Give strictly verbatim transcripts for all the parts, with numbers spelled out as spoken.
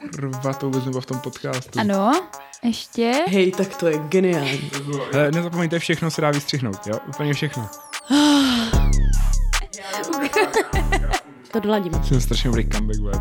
Kurva, to vůbec nebylo v tom podcastu. Ano, ještě. Hej, tak to je geniální. Hele, nezapomeňte, všechno se dá vystřihnout, jo? Úplně všechno. To doladíme. Jsem strašně dobrý comeback, bude.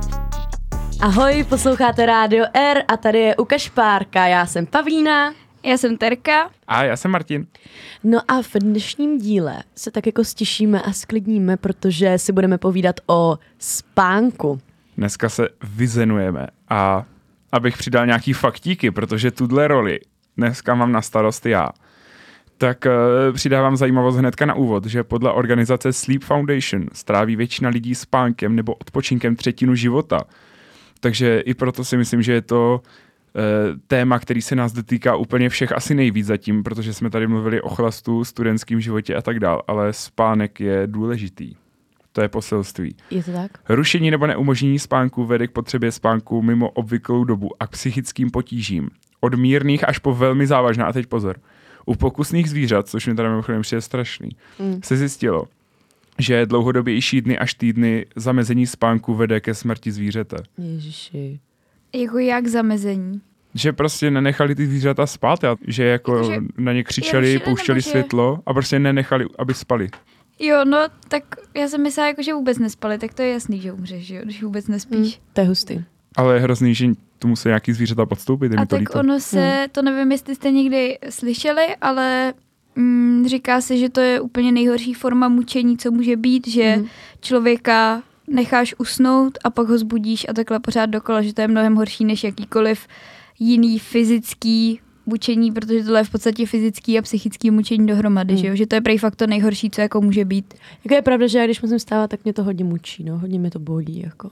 Ahoj, posloucháte Rádio R a tady je Ukaž Párka. Já jsem Pavlína. Já jsem Terka. A já jsem Martin. No a v dnešním díle se tak jako stišíme a sklidníme, protože si budeme povídat o spánku. Dneska se vyzenujeme a abych přidal nějaký faktíky, protože tuhle roli dneska mám na starost já, tak uh, přidávám zajímavost hnedka na úvod, že podle organizace Sleep Foundation stráví většina lidí spánkem nebo odpočinkem třetinu života. Takže i proto si myslím, že je to uh, téma, který se nás dotýká úplně všech asi nejvíc zatím, protože jsme tady mluvili o chlastu, studentském životě a tak dál, ale spánek je důležitý. To je poselství. Je to tak? Rušení nebo neumožnění spánku vede k potřebě spánku mimo obvyklou dobu a k psychickým potížím. Od mírných až po velmi závažná, a teď pozor, u pokusných zvířat, což mi tady mimochodem přijde strašný, mm. se zjistilo, že dlouhodobější dny až týdny zamezení spánku vede ke smrti zvířete. Ježiši. Jako jak zamezení? Že prostě nenechali ty zvířata spát, a že jako Jakože na ně křičeli, pouštěli nebo že... světlo a prostě nenechali, aby spali. Jo, no, tak já jsem myslela, jako, že vůbec nespali, tak to je jasný, že umřeš, jo, když vůbec nespíš. Mm, to je hustý. Ale je hrozný, že tu musí nějaký zvířata podstoupit. A tak líto. ono se, hmm. to nevím, jestli jste někdy slyšeli, ale mm, říká se, že to je úplně nejhorší forma mučení, co může být, že hmm. člověka necháš usnout a pak ho zbudíš a takhle pořád dokola, že to je mnohem horší než jakýkoliv jiný fyzický mučení, protože tohle je v podstatě fyzický a psychický mučení dohromady, hmm. že jo? Že to je prej fakt to nejhorší, co jako může být. Jako je pravda, že já když musím stávat, tak mě to hodně mučí, no, hodně mě to bolí, jako.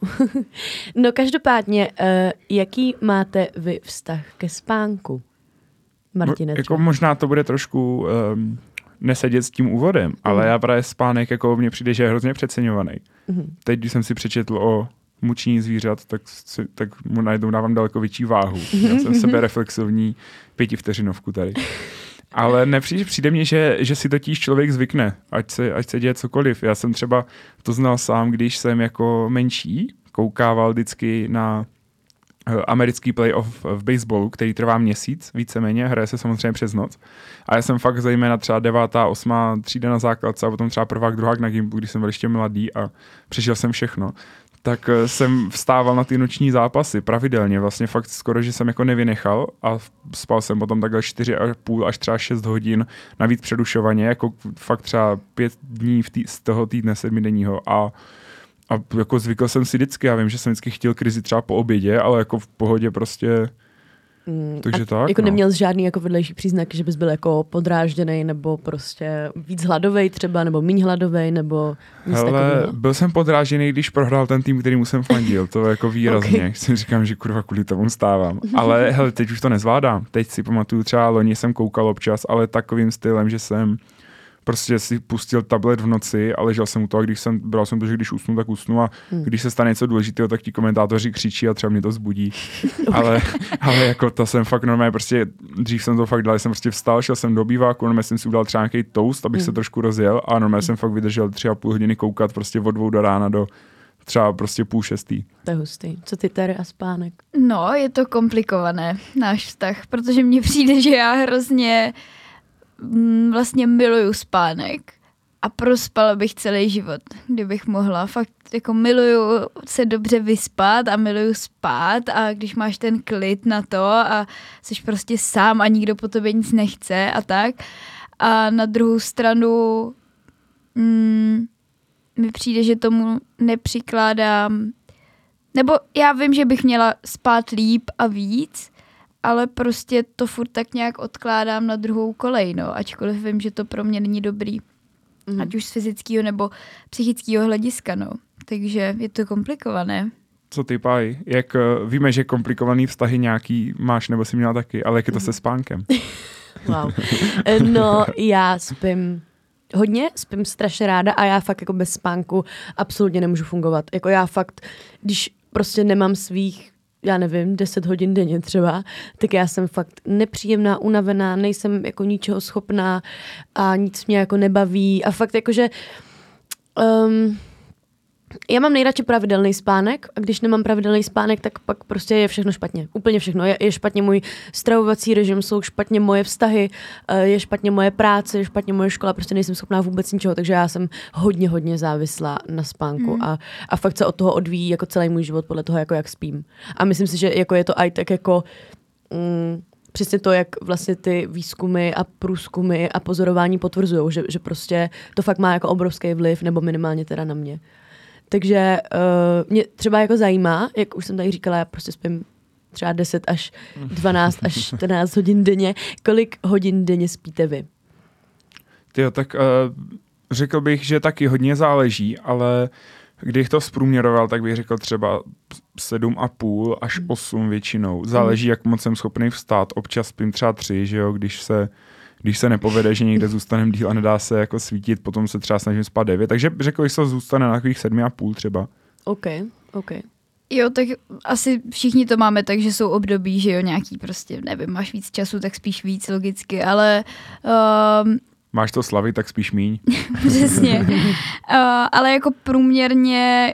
No každopádně, uh, jaký máte vy vztah ke spánku, Martine? Mo- jako možná to bude trošku um, nesedět s tím úvodem, ale hmm. já právě spánek, jako mně přijde, že je hrozně přeceňovaný. Hmm. Teď, když jsem si přečetl o mučení zvířat, tak, si, tak mu najednou dávám daleko větší váhu. Já jsem sebereflexivní pětivteřinovku tady. Ale nepřijde, přijde mně, že, že si totiž člověk zvykne, ať se, ať se děje cokoliv. Já jsem třeba to znal sám, když jsem jako menší koukával vždycky na americký playoff v baseballu, který trvá měsíc, víceméně, hraje se samozřejmě přes noc. A já jsem fakt zejména třeba devátá, osmá třída na základce a potom třeba prvák, druhák na gympu, když jsem byl ještě mladý a přežil jsem všechno. Tak jsem vstával na ty noční zápasy pravidelně, vlastně fakt skoro, že jsem jako nevynechal a spal jsem potom takhle čtyři a půl až třeba šest hodin, navíc přerušovaně, jako fakt třeba pět dní v tý, z toho týdne sedmidenního a A jako zvykl jsem si vždycky, já vím, že jsem vždycky chtěl krizi třeba po obědě, ale jako v pohodě prostě, mm, takže tak. Jako no. neměl žádný jako vedlejší příznak, že bys byl jako podrážděnej, nebo prostě víc hladovej třeba, nebo míň hladovej, nebo nic Hele, takového? Byl jsem podrážděnej, když prohrál ten tým, který mu jsem fandil, to jako výrazně. Okay. Si říkám, že kurva kvůli tomu stávám. Ale hele, teď už to nezvládám. Teď si pamatuju, třeba loni jsem koukal občas, ale takovým stylem, že jsem prostě si pustil tablet v noci a ležel jsem u toho a když jsem, bral jsem to, že když usnu, tak usnu a hmm. když se stane něco důležitého, tak ti komentátoři křičí a třeba mě to zbudí. Okay. ale, ale jako to jsem fakt normálně prostě, dřív jsem to fakt dal, jsem prostě vstal, šel jsem do býváku, normálně jsem si udal třeba nějaký toast, abych hmm. se trošku rozjel a normálně hmm. jsem fakt vydržel tři a půl hodiny koukat prostě od dvou do rána do třeba prostě půl šestý. To je hustý. Co ty tady a spánek? No, je to komplikované, náš vztah, protože mně přijde, že já hrozně vlastně miluju spánek a prospala bych celý život, kdybych mohla. Fakt jako miluju se dobře vyspat a miluju spát a když máš ten klid na to a jsi prostě sám a nikdo po tobě nic nechce a tak. A na druhou stranu mm, mi přijde, že tomu nepřikládám, nebo já vím, že bych měla spát líp a víc, ale prostě to furt tak nějak odkládám na druhou kolej, no, ačkoliv vím, že to pro mě není dobrý. Mm. Ať už z fyzického nebo psychického hlediska, no. Takže je to komplikované. Co ty, Paj? Jak uh, víme, že komplikovaný vztahy nějaký máš, nebo jsi měla taky, ale jak je to mm. se spánkem? Wow. No, já spím hodně, spím strašně ráda a já fakt jako bez spánku absolutně nemůžu fungovat. Jako já fakt, když prostě nemám svých já nevím, deset hodin denně třeba, tak já jsem fakt nepříjemná, unavená, nejsem jako ničeho schopná a nic mě jako nebaví a fakt jakože um, Já mám nejradši pravidelný spánek a když nemám pravidelný spánek, tak pak prostě je všechno špatně. Úplně všechno. Je, je špatně můj stravovací režim, jsou špatně moje vztahy, je špatně moje práce, je špatně moje škola, prostě nejsem schopná vůbec ničeho, takže já jsem hodně, hodně závislá na spánku mm. a, a fakt se od toho odvíjí jako celý můj život podle toho, jako jak spím. A myslím si, že jako je to aj tak jako... Mm, přesně to, jak vlastně ty výzkumy a průzkumy a pozorování potvrzují, že, že prostě to fakt má jako obrovský vliv, nebo minimálně teda na mě. Takže uh, mě třeba jako zajímá, jak už jsem tady říkala, já prostě spím třeba deset až dvanáct až čtrnáct hodin denně. Kolik hodin denně spíte vy? Tyjo, tak uh, řekl bych, že taky hodně záleží, ale když to zprůměroval, tak bych řekl třeba sedm a půl až osm většinou. Záleží, jak moc jsem schopný vstát. Občas spím třeba tři, že jo, když se, když se nepovede, že někde zůstanem díl a nedá se jako svítit, potom se třeba snažím spát devět. Takže řekl, že se zůstane na takových sedmi a půl třeba. OK, OK. Jo, tak asi všichni to máme tak, že jsou období, že jo, nějaký prostě, nevím, máš víc času, tak spíš víc logicky, ale... Um, Máš to slavy, tak spíš míň. Přesně. uh, ale jako průměrně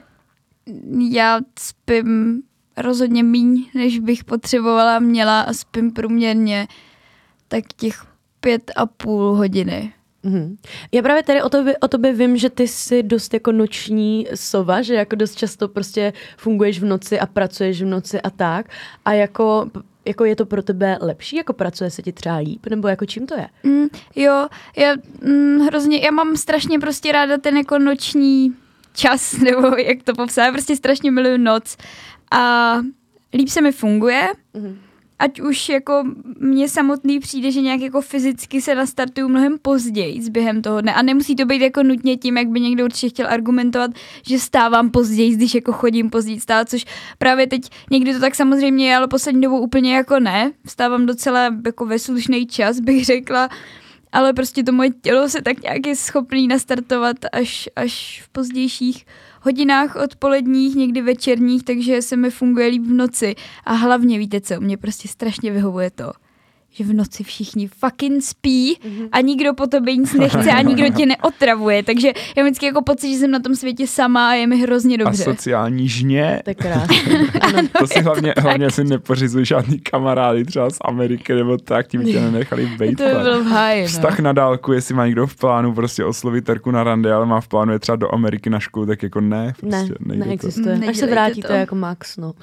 já spím rozhodně míň, než bych potřebovala, měla a spím průměrně tak těch pět a půl hodiny. Mm-hmm. Já právě tady o tobě, o tobě vím, že ty jsi dost jako noční sova, že jako dost často prostě funguješ v noci a pracuješ v noci a tak. A jako... Jako je to pro tebe lepší, jako pracuje se ti třeba líp, nebo jako čím to je? Mm, jo, já mm, hrozně, já mám strašně prostě ráda ten jako noční čas, nebo jak to popsat, já prostě strašně miluju noc a líp se mi funguje, mm-hmm. ať už jako mně samotný přijde, že nějak jako fyzicky se nastartuju mnohem později během toho dne a nemusí to být jako nutně tím, jak by někdo určitě chtěl argumentovat, že stávám později, když jako chodím později stát, což právě teď někdy to tak samozřejmě je, ale poslední dobou úplně jako ne, vstávám docela jako ve slušný čas, bych řekla, ale prostě to moje tělo se tak nějak je schopný nastartovat až, až v pozdějších hodinách odpoledních, někdy večerních, takže se mi funguje líp v noci. A hlavně víte co, mě prostě strašně vyhovuje to, že v noci všichni fucking spí a nikdo po tobě nic nechce a nikdo tě neotravuje. Takže já mám vždycky jako pocit, že jsem na tom světě sama a je mi hrozně dobře. A sociální žně. Tak krásně. To si hlavně, hlavně si nepořizuj žádný kamarády třeba z Ameriky nebo tak, tím tě nenechali bejt. To by bylo v háji, no. Vztah na dálku, jestli má někdo v plánu prostě oslovit Terku na rande, ale má v plánu je třeba do Ameriky na školu, tak jako ne. Prostě ne, neexistuje. To. Až se vrátí, to je jako max, no.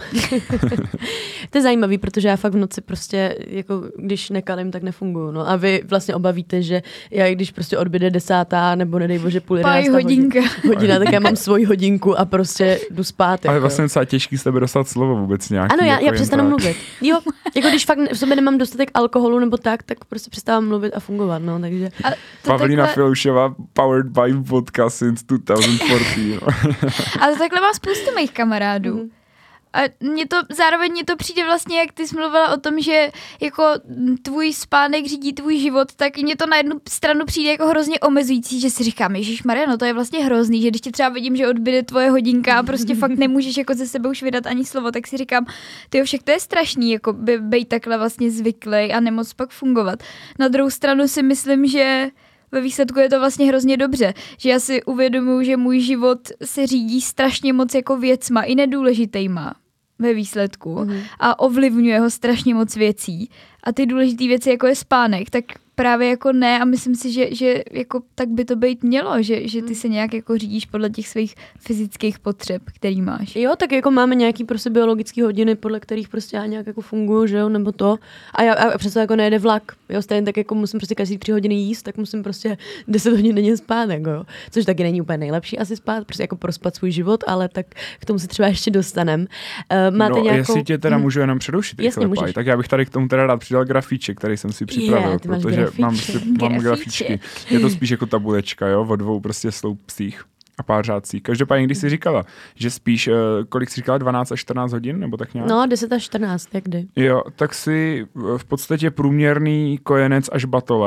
To je zajímavý, protože já fakt v noci prostě, jako když nekalím, tak nefunguju. No. A vy vlastně obavíte, že já když prostě odbyde desátá, nebo nedej bože půl jedenáctá hodinka. hodina, tak já mám svoji hodinku a prostě jdu spát. Ale jako. vlastně docela těžký z tebe dostat slovo vůbec nějaký. Ano, já, jako já přestanu tak. mluvit. Jo, jako když fakt v sobě nemám dostatek alkoholu nebo tak, tak prostě přestávám mluvit a fungovat, no, takže. Pavlína takhle... Filoušová, powered by vodka since two thousand fourteen. Ale takhle má spoustu mých kamarádů. Mm. A mně to, zároveň mně to přijde vlastně, jak ty jsi mluvila o tom, že jako tvůj spánek řídí tvůj život, tak mně to na jednu stranu přijde jako hrozně omezující, že si říkám, ježišmarja, no to je vlastně hrozný, že když ti třeba vidím, že odbyde tvoje hodinka a prostě fakt nemůžeš jako ze sebe už vydat ani slovo, tak si říkám, tyjo, však to je strašný, jako by být takhle vlastně zvyklý a nemoc pak fungovat. Na druhou stranu si myslím, že ve výsledku je to vlastně hrozně dobře, že já si uvědomuji, že můj život se řídí strašně moc jako věcma i nedůležitejma ve výsledku mm. a ovlivňuje ho strašně moc věcí. A ty důležité věci, jako je spánek, tak právě jako ne a myslím si, že, že jako tak by to být mělo, že, že ty se nějak jako řídíš podle těch svých fyzických potřeb, který máš. Jo, tak jako máme nějaký prostě biologický hodiny, podle kterých prostě já nějak jako funguju, že jo, nebo to. A já a přesto jako nejede vlak, jo, stejně tak jako musím prostě každý tři hodiny jíst, tak musím prostě deset hodin denně spát, jako jo. Což taky není úplně nejlepší asi spát, prostě jako prospat svůj život, ale tak k tomu se třeba ještě dostanem. Uh, máte no, nějakou... jestli tě teda můžu jenom předušit, Jasně, rychle, tak já bych tady k tomu teda rád přidal grafíček, který jsem si připravil, je, protože mám, si, mám grafíčky. Je to spíš jako tabulečka, jo, o dvou prostě sloupcích a pár řádcích. Každopádně, když jsi říkala, že spíš, uh, kolik jsi říkala, dvanáct až čtrnáct hodin, nebo tak nějak? No, deset až čtrnáct, jak kdy. Jo, tak si v podstatě průměrný kojenec až batole,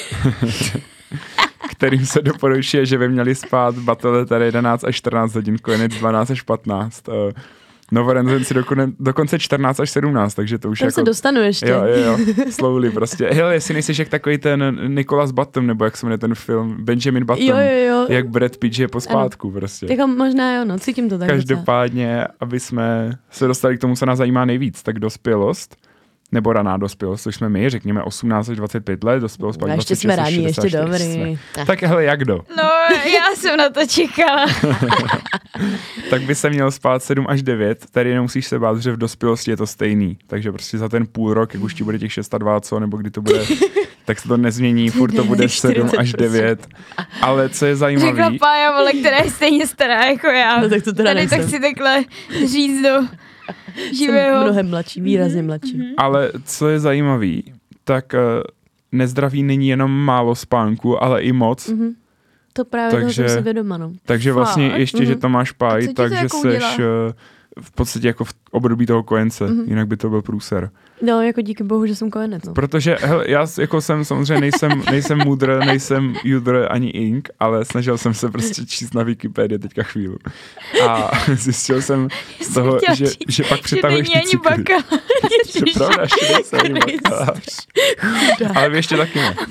kterým se doporučuje, že by měli spát batole tady jedenáct až čtrnáct hodin, kojenec dvanáct až patnáct. Uh, novorozenci dokone, dokonce čtrnáct až sedmnáct, takže to už Tam jako... se dostanu ještě. Jo, jo, jo, slowly prostě. Hele, jestli nejseš jak takový ten Nicholas Button, nebo jak se jmenuje ten film, Benjamin Button, jo, jo, jo. jak Brad Pitt je pospátku ano. prostě. Jako možná jo, no, cítím to tak. Každopádně, docela. Aby jsme se dostali k tomu, co nás zajímá nejvíc, tak dospělost, nebo raná dospělost, což jsme my, řekněme osmnáct až dvacet pět let, dospělost pak ještě jsme ráni, ještě dobrý. Tak hele, jak do? No, já jsem na to čekala. Tak by se měl spát sedm až devět, tady nemusíš se bát, že v dospělosti je to stejný, takže prostě za ten půl rok, jak už ti bude těch šest a dvacet, co, nebo kdy to bude, tak se to nezmění, furt to bude sedm až devět. Ale co je zajímavý... Řekla Pája, vole, která je stejně stará jako já. No tak to teda tady nejsem. tak si takhle říct do živého. Jsem mnohem mladší, výrazně mladší. Mm-hmm. Ale co je zajímavý, tak uh, nezdraví není jenom málo spánku, ale i moc. Mm-hmm. To právě takže, toho jsem si vědoma, no. Takže vlastně Fakt? ještě, mm-hmm. že to máš páj, takže jako seš uh, v podstatě jako v období toho kojence, mm-hmm. jinak by to byl průser. No, jako díky bohu, že jsem kojenec. No. Protože hele, já jako jsem samozřejmě nejsem, nejsem mudr, nejsem judr ani ink, ale snažil jsem se prostě číst na Wikipedii teďka chvíli. A zjistil jsem z toho, že, říct, že pak přitahuješ ty cykly. Ježiš, Je pravda, že nejsem ani bakalář. Ale vy ještě taky ne.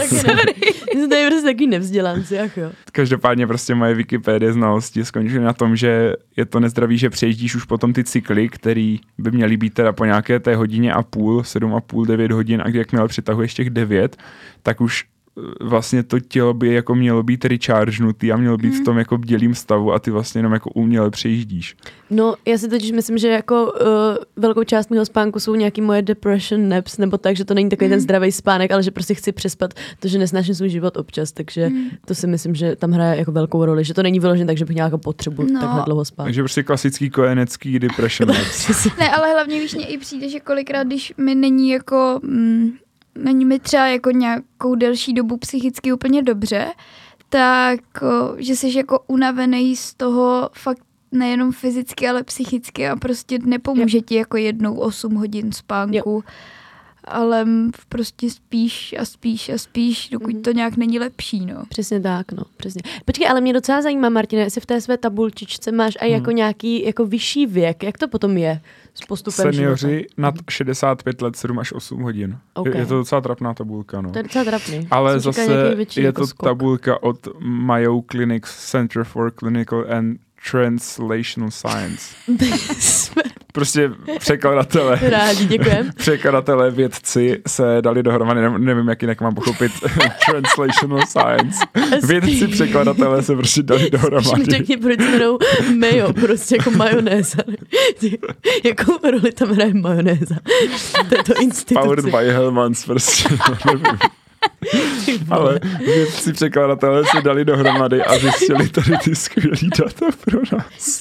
Jsem tady prostě taky nevzdělanci, ach jo. Každopádně prostě moje Wikipedie znalosti skončily na tom, že je to nezdravý, že přejíždíš už potom ty cykly, který by měly být teda po nějaké té hodině a půl, sedm a půl, devět hodin, a jakmile přitahuješ těch devět, tak už vlastně to tělo by jako mělo být rechargenutý a mělo být mm. v tom jako bdělým stavu a ty vlastně jenom jako uměle přejíždíš. No, já si totiž myslím, že jako uh, velkou část mého spánku jsou nějaký moje depression naps, nebo tak, že to není takový mm. ten zdravý spánek, ale že prostě chci přespat to, že nesnáším svůj život občas, takže mm. to si myslím, že tam hraje jako velkou roli, že to není vyložené tak, že bych nějakou potřebu no. takhle dlouho spát. Takže prostě klasický kojenecký depression naps. Ne, ale hlavně víš, mě i přijde, že kolikrát, když mi není jako... Mm, není mi třeba jako nějakou delší dobu psychicky úplně dobře, tak že jsi jako unavený z toho fakt nejenom fyzicky, ale psychicky a prostě nepomůže ti jako jednou osm hodin spánku, jo. ale prostě spíš a spíš a spíš, dokud mm. to nějak není lepší, no. Přesně tak, no, přesně. Počkej, ale mě docela zajímá, Martine, jestli v té své tabulčičce máš i jako mm. nějaký jako vyšší věk, jak to potom je s postupem Seniori života? nad šedesát pět let, sedm až osm hodin. Okay. Je, je to docela trapná tabulka, no. To je docela trapný. Ale Jsem zase je jako to skok. tabulka od Mayo Clinic Center for Clinical and Translational Science. Prostě překladatelé. Rádi, děkujem. Překladatelé vědci se dali dohromady, ne, nevím, jak jinak mám pochopit Translational Science. Vědci překladatelé se prostě dali dohromady. Řekni, proč se jmenou Mayo, prostě jako majonéza. Jakou roli tam hraje majonéza? Této instituci. Powered by Hellmans, prostě, nevím. Ale vědci překladatelé se dali dohromady a zjistili tady ty skvělý data pro nás.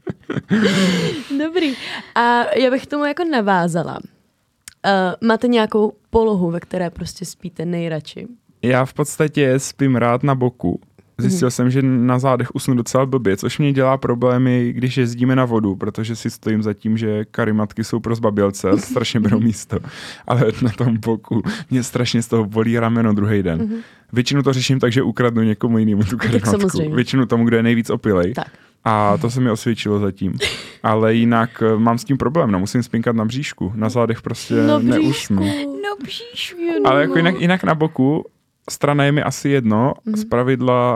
Dobrý. A já bych tomu jako navázala. Uh, máte nějakou polohu, ve které prostě spíte nejradši? Já v podstatě spím rád na boku. Zjistil mm. jsem, že na zádech usnu docela blbě, což mě dělá problémy, když jezdíme na vodu, protože si stojím za tím, že karimatky jsou pro zbabělce a strašně berou místo. Ale na tom boku mě strašně z toho bolí rameno druhý den. Mm. Většinu to řeším tak, že ukradnu někomu jinému tu karimatku. Většinu tomu, kdo je nejvíc opilej. Tak. A to se mi osvědčilo zatím. Ale jinak mám s tím problém, no musím spinkat na bříšku. Na zádech prostě no, neusnu. Na bříšku. Ale jako jinak, jinak na boku, strana je mi asi jedno, mm-hmm. zpravidla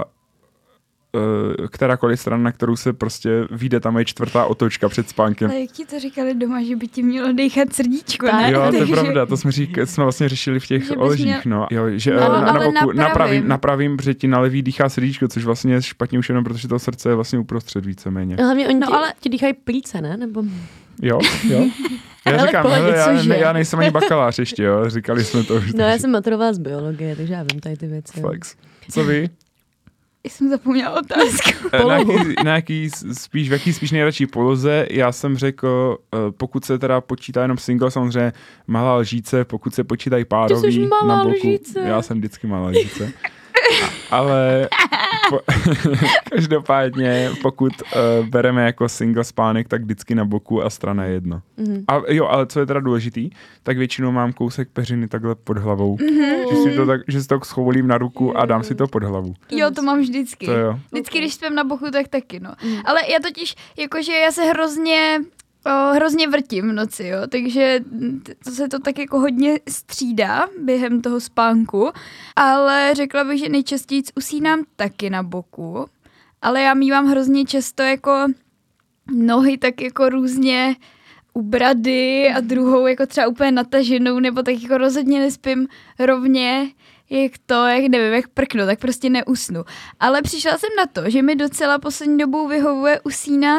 uh, kterákoliv strana, na kterou se prostě vyjde, tam je čtvrtá otočka před spánkem. Ale jak ti to říkali doma, že by ti mělo dejchat srdíčko, tak, ne? Jo, to je Takže... pravda, to jsme, řík, jsme vlastně řešili v těch oležích, měl... no. Jo, že no, na, na boku napravím. napravím, napravím, protože ti na levý dýchá srdíčko, což vlastně je špatně už jenom, protože to srdce je vlastně uprostřed víceméně. No, hlavně oni no, ti, ale... ti dýchají plíce, ne? Nebo... Jo, jo. Já ale říkám, pohodě, hele, já, ne, je? já nejsem ani bakalář ještě, jo, říkali jsme to už. No já jsem maturovala z biologie, takže já vím tady ty věci. Flex. Co vy? Jsem zapomněla otázku. na, jaký, na jaký spíš, v jaký spíš nejradší poloze? Já jsem řekl, pokud se teda počítá jenom single, samozřejmě malá lžíce, pokud se počítají párový na boku. Lžíce. Já jsem vždycky malá lžíce. Ale po, každopádně, pokud uh, bereme jako single spánek, tak vždycky na boku a strana je jedno. Mm-hmm. A jo, ale co je teda důležitý, tak většinou mám kousek peřiny takhle pod hlavou. Mm-hmm. Že, si to tak, že si to schovolím na ruku a dám si to pod hlavu. Jo, to mám vždycky. To jo. Vždycky, když spím na boku, tak taky, no. Mm. Ale já totiž, jakože já se hrozně O, hrozně vrtím v noci, jo, takže to se to tak jako hodně střídá během toho spánku, ale řekla bych, že nejčastěji usínám taky na boku, ale já mívám hrozně často jako nohy tak jako různě u brady a druhou jako třeba úplně nataženou, nebo tak jako rozhodně nespím rovně, jak to, jak nevím, jak prknu, tak prostě neusnu. Ale přišla jsem na to, že mi docela poslední dobou vyhovuje usínat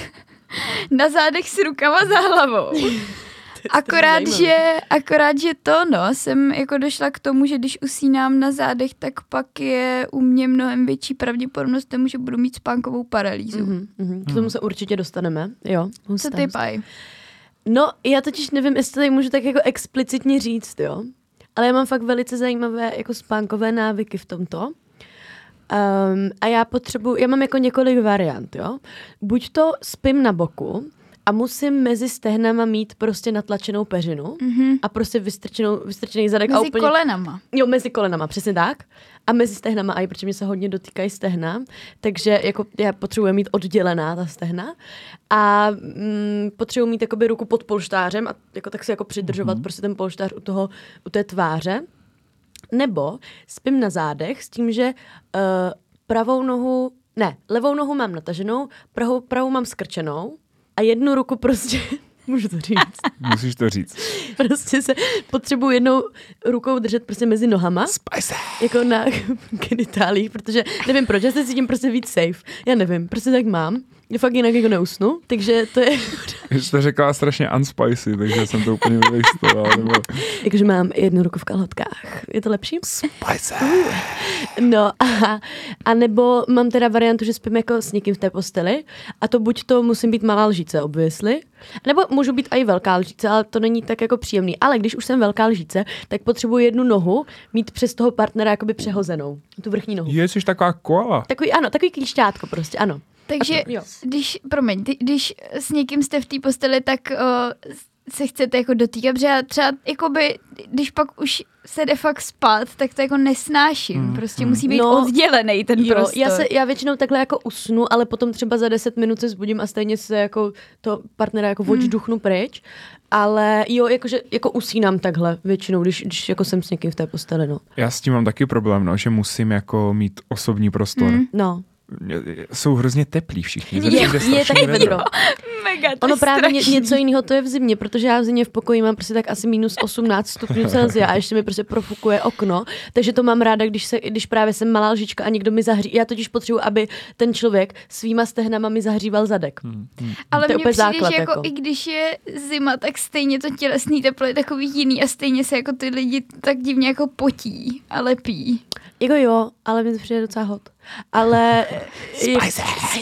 na zádech s rukama za hlavou. Akorát že, akorát, že to, no, jsem jako došla k tomu, že když usínám na zádech, tak pak je u mě mnohem větší pravděpodobnost tomu, že budu mít spánkovou paralýzu. Mm-hmm, mm-hmm. K tomu se určitě dostaneme, jo. Co ty, Paj? No, já totiž nevím, jestli tady můžu tak jako explicitně říct, jo. Ale já mám fakt velice zajímavé jako spánkové návyky v tomto. Um, a já potřebuji, já mám jako několik variant, jo. Buď to spím na boku a musím mezi stehnama mít prostě natlačenou peřinu mm-hmm. a prostě vystrčenou, vystrčený zadek. Mezi a úplně, kolenama. Jo, mezi kolenama, přesně tak. A mezi stehnama, a i protože mě se hodně dotýkají stehna, takže jako já potřebuji mít oddělená ta stehna a mm, potřebuji mít jakoby ruku pod polštářem a jako tak si jako přidržovat mm-hmm. prostě ten polštář u toho, u té tváře. Nebo spím na zádech s tím, že uh, pravou nohu, ne, levou nohu mám nataženou, pravou, pravou mám skrčenou a jednu ruku prostě, můžu to říct. Musíš to říct. Prostě se potřebuji jednou rukou držet prostě mezi nohama. Spicy. Jako na genitálích, protože nevím proč, já se cítím prostě víc safe. Já nevím, prostě tak mám. Já fakt jinak jako neusnu, takže to je... Jsi to řekla strašně unspicy, takže jsem to úplně vylistoval. Nebo... Jakože mám jednu ruku v kalhotkách. Je to lepší? Spicy. Uh. No a, a nebo mám teda variantu, že spím jako s někým v té posteli a to buď to musím být malá lžíce, obviously, nebo můžu být i velká lžíce, ale to není tak jako příjemný. Ale když už jsem velká lžíce, tak potřebuji jednu nohu mít přes toho partnera jakoby přehozenou. Tu vrchní nohu. Je, jsi taková koala. Takový, ano, takový klíšťátko prostě, ano. Takže to, když, promiň, ty, když s někým jste v té posteli, tak o, se chcete jako dotýkat, protože já třeba jakoby, když pak už se jde fakt spát, tak to jako nesnáším. Hmm. Prostě hmm. musí být no, oddělený ten jo, prostor. Já, se, já většinou takhle jako usnu, ale potom třeba za deset minut se zbudím a stejně se jako to partnera jako odžduchnu pryč. Ale jo, jakože jako usínám takhle většinou, když, když jako jsem s někým v té posteli, no. Já s tím mám taky problém, no, že musím jako mít osobní prostor. Hmm. No. Jsou hrozně teplí všichni. Je, je taky vedro. Mega, to ono právě ně, strašný. něco jiného to je v zimě, protože já v zimě v pokoji mám prostě tak asi minus osmnáct stupňů Celsia a ještě mi prostě profukuje okno, takže to mám ráda, když, se, když právě jsem malá lžička a někdo mi zahří. Já totiž potřebuji, aby ten člověk svýma stehnama mi zahříval zadek. Hmm, hmm. Ale mně přijde, základ, že jako, jako i když je zima, tak stejně to tělesný teplo je takový jiný a stejně se jako ty lidi tak divně jako potí a lepí. Jako jo, ale mi to přijde docela hot. Ale... Spicy!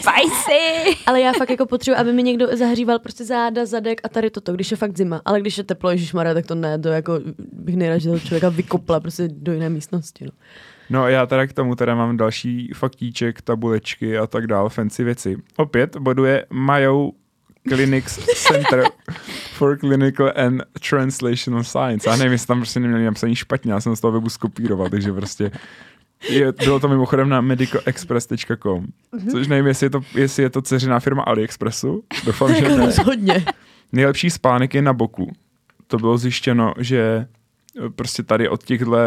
Spicy! Ale já fakt jako potřebuji, aby mi někdo zahříval prostě záda, zadek a tady toto, když je fakt zima. Ale když je teplo, ježišmarja, tak to ne, to jako bych nejradši toho člověka vykopla prostě do jiné místnosti. No. No já teda k tomu teda mám další faktíček, tabulečky a tak dál, fancy věci. Opět boduje Mayo Clinics Center for Clinical and Translational Science. Já nevím, jestli tam prostě neměli napsaný špatně, já jsem z toho webu skopíroval, takže prostě je, bylo to mimochodem na medical express tečka com, mm-hmm. což nevím, jestli je to, jestli je to dceřiná firma AliExpressu. Doufám, že ne. Rozhodně. Nejlepší spánek je na boku. To bylo zjištěno, že prostě tady od těchto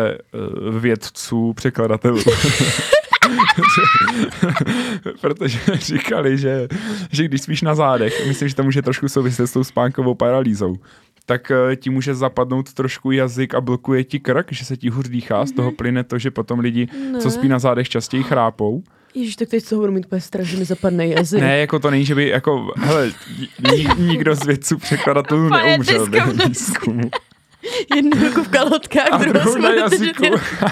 vědců, překladatelů protože říkali, že, že když spíš na zádech, myslím, že to může trošku souviset s tou spánkovou paralýzou, tak ti může zapadnout trošku jazyk a blokuje ti krk, že se ti hůř dýchá, z toho plyne to, že potom lidi, ne. co spí na zádech, častěji chrápou. Ježiš, tak teď z toho budu mít úplně strach, že mi zapadne jazyk. Ne, jako to není, že by, jako, hele, nikdo z vědců překladatelů neumřel během výzkumu. Jednu ruku v kalhotkách, a druhou na jazyku.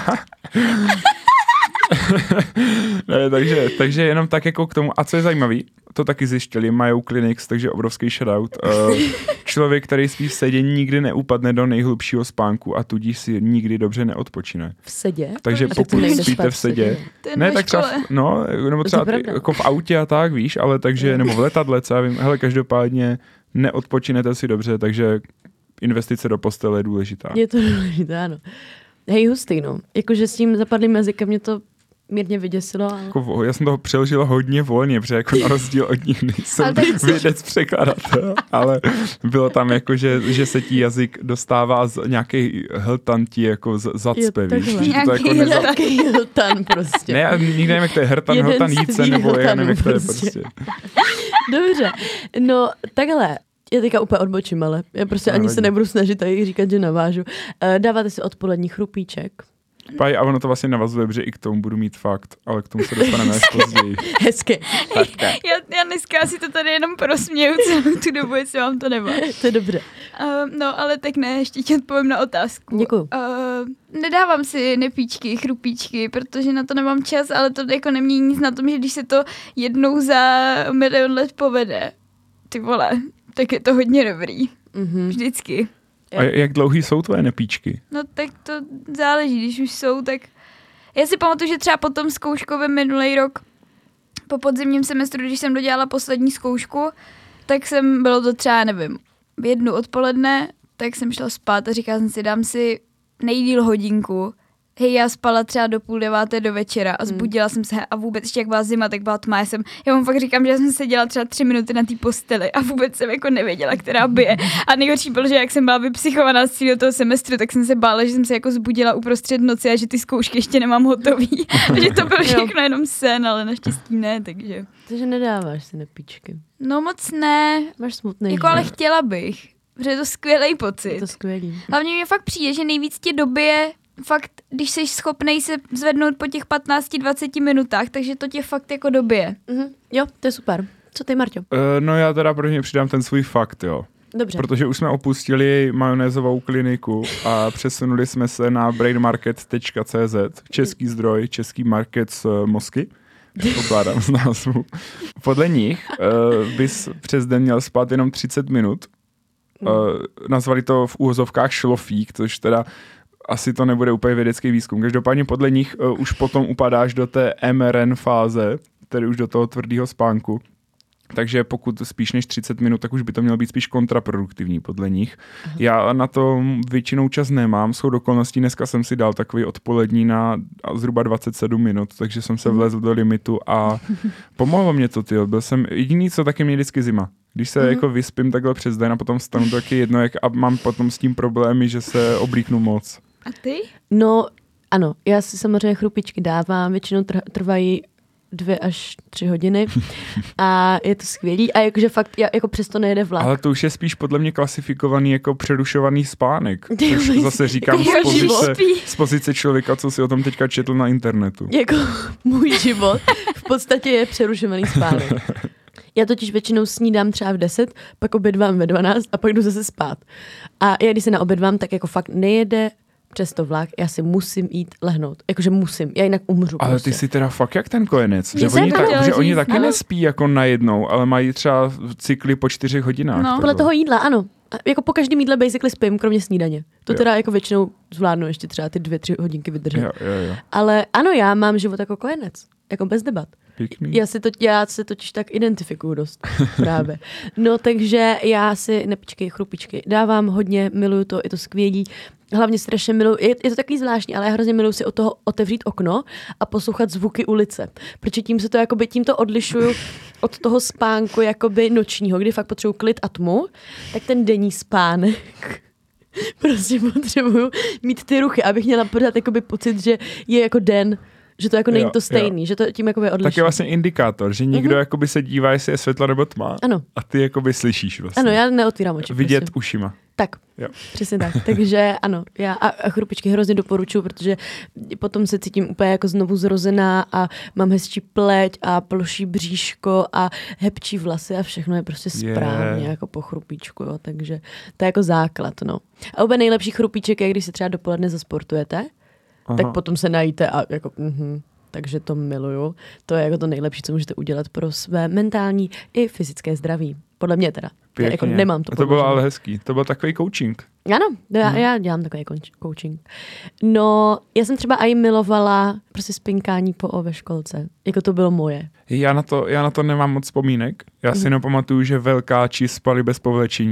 Ne, takže, takže jenom tak jako k tomu. A co je zajímavý, to taky zjištěli, Mayo Clinics, takže obrovský shoutout. Uh, člověk, který spí v sedě, nikdy neupadne do nejhlubšího spánku a tudíž si nikdy dobře neodpočine. V sedě? Takže a pokud spíte v sedě, ne, tak třeba, no, nebo třeba jako v autě a tak, víš, ale takže, nebo v letadle, co já vím, hele, každopádně neodpočinete si dobře, takže investice do postele je důležitá. Je to důležité, ano. Hej, hustý, no. Jakože s tím zapadlým jazykem mě to mírně vyděsilo. Ale... Jako, já jsem toho přeložila hodně volně, protože jako na rozdíl od nich nejsem vědec překladatel, ale bylo tam jako, že, že se ti jazyk dostává z nějaký hltantí jako z zacpe, víš? Nějaký to jako neza... hltan prostě. Ne, já nikdy nevím, jak to je hrtan, hltan, jíce, nebo já nevím, jak to je prostě. Dobře, no takhle. Já teďka úplně odbočím, ale já prostě ani se nebudu snažit tady říkat, že navážu. Dáváte si odpolední chrupíček? Paj, a ono to vlastně navazuje, že i k tomu budu mít fakt, ale k tomu se dostaneme až později. Hezky. Já, já dneska si to tady jenom prosměju celou tu dobu, jestli vám to nevá. To je dobře. Uh, no, ale tak ne, ještě ti odpovím na otázku. Děkuju. Uh, nedávám si nepíčky, chrupíčky, protože na to nemám čas, ale to jako nemění nic na tom, že když se to jednou za milion let povede, ty vole, tak je to hodně dobrý. Mm-hmm. Vždycky. A jak dlouhý jsou tvoje nepíčky? No tak to záleží, když už jsou, tak... Já si pamatuju, že třeba po tom zkouškovém minulý rok, po podzimním semestru, když jsem dodělala poslední zkoušku, tak jsem, bylo to třeba, nevím, v jednu odpoledne, tak jsem šla spát a říkala jsem si, dám si nejdýl hodinku. Hej, já spala třeba do půl deváté do večera a zbudila hmm. jsem se a vůbec ještě jak byla zima, tak byla tma. Já, jsem, já vám fakt říkám, že já jsem seděla třeba tři minuty na té posteli a vůbec jsem jako nevěděla, která bije. A nejhorší bylo, že jak jsem byla vypsychovaná z cílu toho semestru, tak jsem se bála, že jsem se jako zbudila uprostřed noci a že ty zkoušky ještě nemám hotový. že to byl všechno jenom sen, ale naštěstí ne, takže. Takže nedáváš si nepíčky. No moc ne. Máš smutný. Jako ale chtěla bych, protože je to skvělý pocit. Je to skvělý. Hlavně mi fakt přijde, že nejvíc ti dobije fakt, když jsi schopnej se zvednout po těch patnáct dvacet minutách, takže to tě fakt jako dobije. Mm-hmm. Jo, to je super. Co ty, Marťo? Uh, no já teda pro mě přidám ten svůj fakt, jo. Dobře. Protože už jsme opustili majonézovou kliniku a přesunuli jsme se na brainmarket tečka cé zet, český zdroj, český market z uh, mozky, pokládám z názvu. Podle nich uh, bys přes den měl spát jenom třicet minut. Uh, nazvali to v úvozovkách šlofík, což teda asi to nebude úplně vědecký výzkum. Každopádně podle nich uh, už potom upadáš do té em er en fáze, tedy už do toho tvrdého spánku. Takže pokud spíš než třicet minut, tak už by to mělo být spíš kontraproduktivní podle nich. Aha. Já na to většinou čas nemám. Shodou okolností dneska jsem si dal takový odpolední na zhruba dvacet sedm minut, takže jsem se vlezl do limitu a pomohlo mě to, tyjo. Byl jsem jediný, co taky mě vždycky zima. Když se mm. jako vyspím takhle přes den a potom vstanu, taky jedno, jak a mám potom s tím problémy, že se oblíknu moc. A ty? No, ano, já si samozřejmě chrupičky dávám, většinou tr- trvají dvě až tři hodiny a je to skvělý a jakože fakt já, jako přesto nejede vlak. Ale to už je spíš podle mě klasifikovaný jako přerušovaný spánek, což zase říkám z pozice, z pozice člověka, co si o tom teďka četl na internetu. Jako můj život v podstatě je přerušovaný spánek. Já totiž většinou snídám třeba v deset, pak obědvám ve dvanáct a pak jdu zase spát. A já když se naobědvám, tak jako fakt nejede přes to vlak, já si musím jít lehnout. Jakože musím, já jinak umřu. Ale prostě. Ty si teda fakt jak ten kojenec. Že oni, tak, že oni taky nespí jako najednou, ale mají třeba cykly po čtyřech hodinách. No. Podle toho jídla, ano. Jako po každém jídle basically spím, kromě snídaně. To jo. Teda jako většinou zvládnu ještě třeba ty dvě, tři hodinky vydržet. Jo, jo, jo. Ale ano, já mám život jako kojenec. Jako bez debat. Pěkný. Já, si to, já se totiž tak identifikuju dost právě. No takže já si nepíčky, chrupičky dávám hodně, miluju to, je to skvělý. Hlavně strašně miluju, je, je to takový zvláštní, ale já hrozně miluju si od toho otevřít okno a poslouchat zvuky ulice. Protože tím se to jakoby, tím to odlišuju od toho spánku jakoby nočního, kdy fakt potřebuju klid a tmu, tak ten denní spánek prostě potřebuju mít ty ruchy, abych měla pořád jakoby pocit, že je jako den. Že to jako není jo, to stejný, jo. Že to tím jakoby odlišný. Tak je vlastně indikátor, že někdo uh-huh. jakoby se dívá, jestli je světlo nebo tma. Ano. A ty jakoby slyšíš vlastně. Ano, já neotvírám oči. Vidět prosím. ušima. Tak, jo. Přesně tak. Takže ano, já a, a chrupičky hrozně doporučuji, protože potom se cítím úplně jako znovu zrozená a mám hezčí pleť a ploší bříško a hebčí vlasy a všechno je prostě správně yeah. jako po chrupíčku, jo. Takže to je jako základ, no. A úplně nejlepší chrupíček je, když si třeba dopoledne zasportujete. Aha. Tak potom se najíte a jako, mhm, takže to miluju. To je jako to nejlepší, co můžete udělat pro své mentální i fyzické zdraví. Podle mě teda. Já jako nemám to. To bylo ale hezký. To byl takový coaching. Ano, já, hmm. já dělám takový coaching. No, já jsem třeba i milovala prostě spinkání po O ve školce. Jako to bylo moje. Já na to, já na to nemám moc vzpomínek. Já si hmm. nepamatuju, že velkáči spali bez povlečení.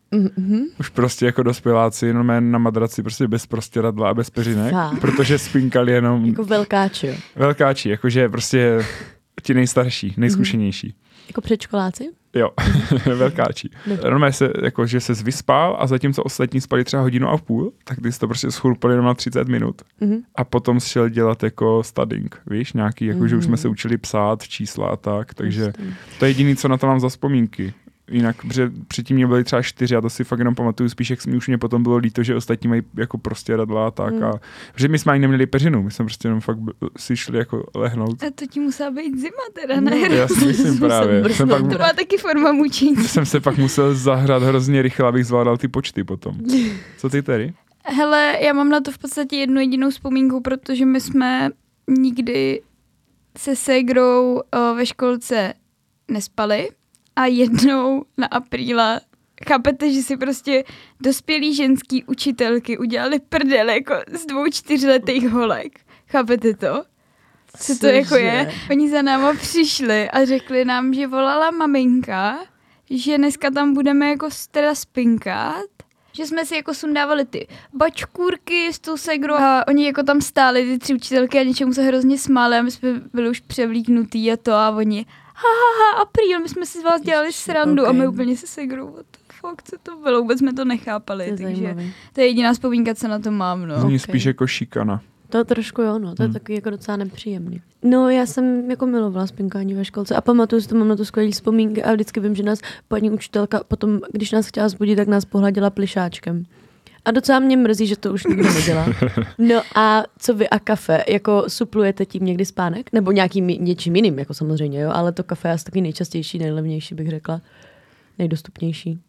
Mm-hmm. Už prostě jako dospěláci, jenom na madraci, prostě bez prostěradla a bez peřinek, Fakt. protože spinkali jenom... Jako velkáči, jo. Velkáči, jakože prostě ti nejstarší, nejzkušenější. Jako předškoláci? Jo, velkáči. Normálně se, jako, že se vyspal a zatímco ostatní spali třeba hodinu a půl, tak ty jsi to prostě schulpal jenom na třicet minut. Mm-hmm. A potom šel dělat jako studying, víš, nějaký, jako, mm-hmm. že už jsme se učili psát čísla a tak, takže to je jediné, co na to mám za vzpomínky. Jinak, protože předtím mě byly třeba čtyři a to si fakt jenom pamatuju, spíš jak už mě potom bylo líto, že ostatní mají jako prostě radla a tak. Mm. A, protože my jsme ani neměli peřinu, my jsme prostě jenom fakt si šli jako lehnout. A to ti musela být zima teda, ne? No, já si myslím právě. Jsem pak, to má taky forma mučení. Jsem se pak musel zahrát hrozně rychle, abych zvládal ty počty potom. Co ty tedy? Hele, já mám na to v podstatě jednu jedinou vzpomínku, protože my jsme nikdy se ségrou o, ve školce nespali. A jednou na apríla, chápete, že si prostě dospělí ženský učitelky udělali prdel jako z dvou čtyřletých holek. Chápete to? Co to Cože? jako je? Oni za náma přišli a řekli nám, že volala maminka, že dneska tam budeme jako teda spinkat, že jsme si jako sundávali ty bačkůrky s tou segrou a oni jako tam stáli, ty tři učitelky a něčemu se hrozně smáli a my jsme byli už převlíknutý a to a oni ha, ha, ha, apríl, my jsme si z vás dělali srandu okay. A my úplně se segrou, what the fuck, co to bylo, vůbec jsme to nechápali, to takže zajímavý. To je jediná vzpomínka, co na to mám, no. Zní Okay. spíš jako šikana. To trošku jo, no, to hmm. je taky jako docela nepříjemný. No, já jsem jako milovala spinkání ve školce a pamatuju si to, mám na to skvělý vzpomínky a vždycky vím, že nás paní učitelka potom, když nás chtěla zbudit, tak nás pohladila plišáčkem. A docela mě mrzí, že to už nikdo nedělá. No a co vy a kafe? Jako suplujete tím někdy spánek? Nebo nějakým něčím jiným, jako samozřejmě, jo? Ale to kafe je asi taky nejčastější, nejlevnější, bych řekla. Nejdostupnější.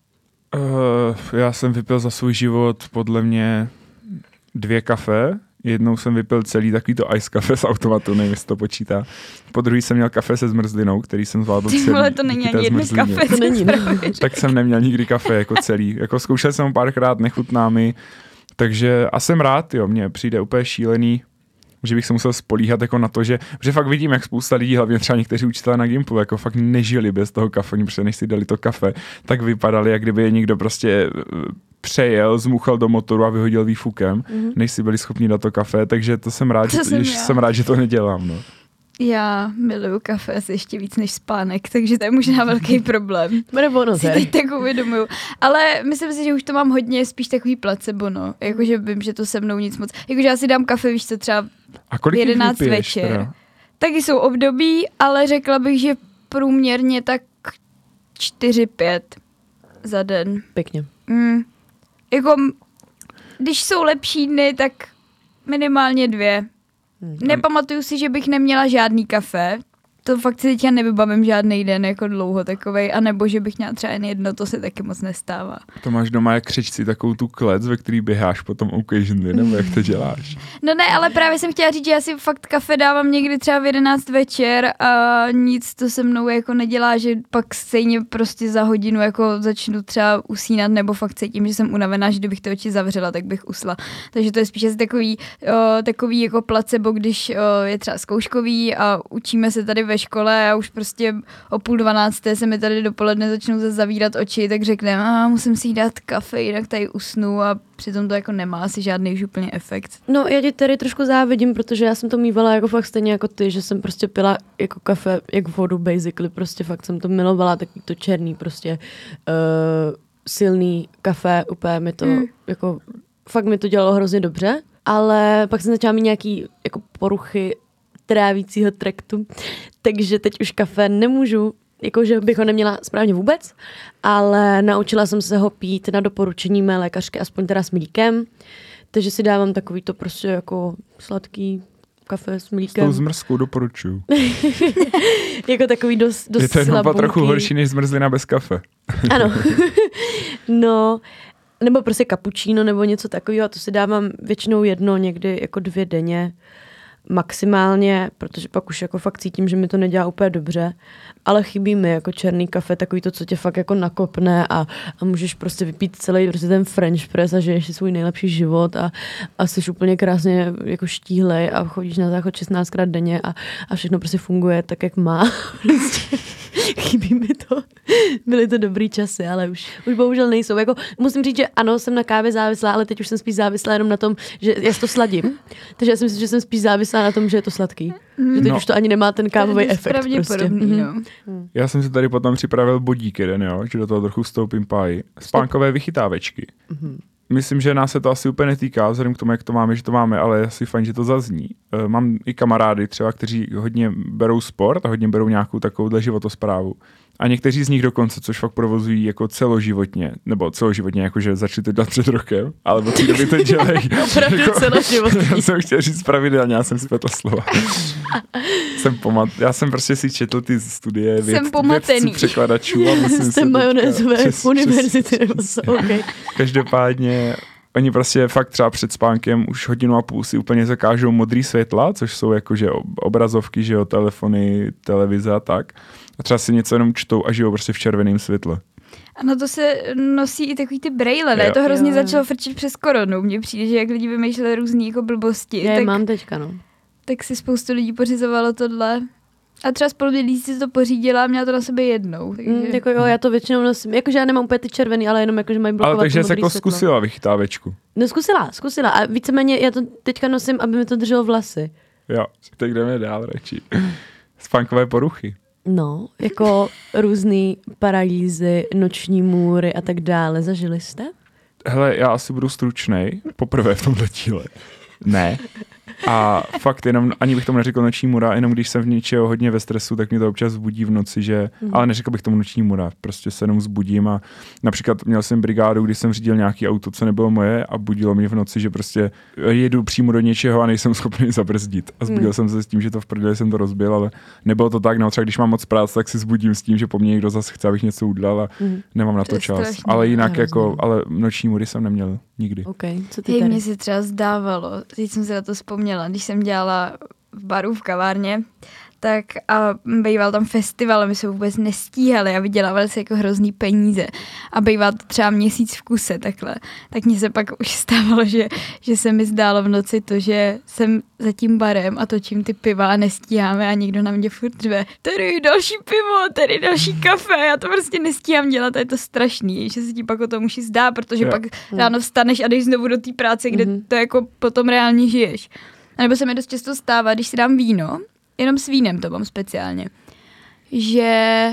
Uh, já jsem vypil za svůj život podle mě dvě kafe. Jednou jsem vypil celý takový to ice kafe z automatu, nevím, jestli to počítá. Po druhý jsem měl kafe se zmrzlinou, který jsem zvládl celý. Ale to není ani jedno kafe. To není, no. Tak jsem neměl nikdy kafe jako celý. Jako zkoušel jsem ho párkrát, nechutná mi. Takže a jsem rád, jo, mně přijde úplně šílený, že bych se musel spolíhat jako na to, že, že fakt vidím, jak spousta lidí, hlavně třeba někteří učitelé na Gimplu, jako fakt nežili bez toho kafe, protože než si dali to kafe, tak vypadali, jak kdyby je někdo prostě přejel, zmuchal do motoru a vyhodil výfukem, mm-hmm. než si byli schopni dát to kafe, takže to jsem rád, to že, jsem, jsem rád, že to nedělám. No. Já miluju kafe asi ještě víc než spánek, takže to je možná velký problém. Bude ono, si teď tak uvědomuju. Ale myslím si, že už to mám hodně spíš takový placebo, no. Jakože vím, že to se mnou nic moc. Jakože já si dám kafe, víš co, třeba v jedenáct večer. Teda? Taky jsou období, ale řekla bych, že průměrně tak čtyři pět za den. Pěkně. Mm. Jako, když jsou lepší dny, tak minimálně dvě. Hmm. Nepamatuju si, že bych neměla žádný kafe. To fakt si teďka nevybavím žádný den jako dlouho takovej, anebo že bych měla třeba jen jedno, to se taky moc nestává. To máš doma jak křečci takovou tu klec, ve který běháš potom occasionally, nebo jak to děláš? No ne, ale právě jsem chtěla říct, že já si fakt kafe dávám někdy třeba v jedenáct večer a nic to se mnou jako nedělá, že pak stejně prostě za hodinu jako začnu třeba usínat, nebo fakt cítím, že jsem unavená, že kdybych ty oči zavřela, tak bych usla. Takže to je spíš asi takový, o, takový jako placebo, když o, je třeba zkouškový a učíme se tady ve škole a už prostě o půl dvanácté se mi tady dopoledne začnou zase zavírat oči, tak řekneme, a musím si jí dát kafe, jinak tady usnu a přitom to jako nemá asi žádný už úplně efekt. No já ti tady trošku závidím, protože já jsem to mývala jako fakt stejně jako ty, že jsem prostě pila jako kafe, jak vodu basically, prostě fakt jsem to milovala, taky to černý prostě uh, silný kafe, úplně mi to mm. jako, fakt mi to dělalo hrozně dobře, ale pak jsem začala mít nějaký jako poruchy trávícího traktu, takže teď už kafe nemůžu, jakože bych ho neměla správně vůbec, ale naučila jsem se ho pít na doporučení mé lékařky, aspoň teda s mlíkem, takže si dávám takový to prostě jako sladký kafe s mlíkem. S tou zmrzkou doporučuju. Jako takový dost, dost je to jenom slabunký. trochu horší než zmrzlina bez kafe. Ano. No, nebo prostě kapučíno nebo něco takového, a to si dávám většinou jedno, někdy jako dvě denně. maximálně, protože pak už jako fakt cítím, že mi to nedělá úplně dobře, ale chybí mi jako černý kafe, takový to, co tě fakt jako nakopne a, a můžeš prostě vypít celý prostě ten French press a žiješ si svůj nejlepší život a, a jsi úplně krásně jako štíhlej a chodíš na záchod šestnáctkrát denně a, a všechno prostě funguje tak, jak má. Prostě chybí mi to. Byly to dobrý časy, ale už, už bohužel nejsou. Jako, musím říct, že ano, jsem na kávě závislá, ale teď už jsem spíš závislá jenom na tom, že já to sladím. Takže já si myslím, že jsem spíš závislá na tom, že je to sladký. Mm. Že teď no. už to ani nemá ten kávový efekt. Prostě. No. Mm. Já jsem si tady potom připravil bodík jeden, jo, že do toho trochu vstoupím páji. Spánkové vychytávečky. Mm. Myslím, že nás se to asi úplně netýká, vzhledem k tomu, jak to máme, že to máme, ale je asi fajn, že to zazní. Mám i kamarády třeba, kteří hodně berou sport a hodně berou nějakou takovouhle životosprávu. A někteří z nich dokonce, což fakt provozují jako celoživotně, nebo celoživotně, jakože začali to dělat před rokem, ale od té doby to dělají. Opravdu jako, celoživotně. Já jsem chtěl říct pravidelně, já jsem si to slova. jsem pomat, já jsem prostě si četl ty studie věd, vědců, překladačů. A musím Jste majonézové univerzity. Okay. Každopádně oni prostě fakt třeba před spánkem už hodinu a půl si úplně zakážou modrý světla, což jsou jakože obrazovky, že jo, telefony, televize a tak. A třeba si něco jenom čtou a žijou prostě v červeném světle. A na to se nosí i takový ty brejle, ne? Jo. To hrozně jo. začalo frčet přes koronu. Mně přijde, že jak lidi vymýšleli různý jako blbosti. Já tak, mám teďka, no. Tak si spoustu lidí pořizovalo tohle. A třeba spoludělí si to pořídila a měla to na sebe jednou. Takže... Mm, jako jo, já to většinou nosím. Jakože já nemám úplně ty červený, ale jenom jakože mají blokovat. Ale takže jsi jako světlo. Zkusila vychytávečku. No zkusila, zkusila. A víceméně já to teďka nosím, aby mi to drželo vlasy. Jo, tak jdeme dál radši. Spánkové poruchy. No, jako různý paralýzy, noční můry a tak dále. Zažili jste? Hele, já asi budu stručnej, poprvé v tomhle díle. Ne. A fakt jenom, ani bych tomu neřekl noční mura, jenom když jsem v něčeho hodně ve stresu, tak mě to občas vzbudí v noci, že, mm. ale neřekl bych tomu noční mura, prostě se jenom vzbudím a například měl jsem brigádu, když jsem řídil nějaký auto, co nebylo moje a budilo mě v noci, že prostě jedu přímo do něčeho a nejsem schopný zabrzdit. A zbudil mm. jsem se s tím, že to v prdeli jsem to rozbil, ale nebylo to tak, no třeba když mám moc práce, tak si zbudím s tím, že po mně někdo zase chce, abych něco udělal a mm. nemám na to, to čas. Strašný. Ale jinak jako, ale noční mury jsem neměl nikdy. Okay. Co ty Hej, tady? Mně se třeba zdávalo, teď jsem se na to vzpomněla, když jsem dělala v baru v kavárně, tak a býval tam festival a my se vůbec nestíhali a vydělávali se jako hrozný peníze a býval to třeba měsíc v kuse takhle. Tak mně se pak už stávalo, že, že se mi zdálo v noci to, že jsem za tím barem a točím ty piva a nestíháme a někdo na mě furt řve, tady další pivo, tady další kafe, já to prostě nestíhám dělat a je to strašný, že se ti pak o tom musí zdá, protože jo. pak ráno vstaneš a jdeš znovu do té práce, kde mm-hmm. to jako potom reálně žiješ. A nebo se mi dost často stává, když si dám víno, jenom s vínem to mám speciálně, že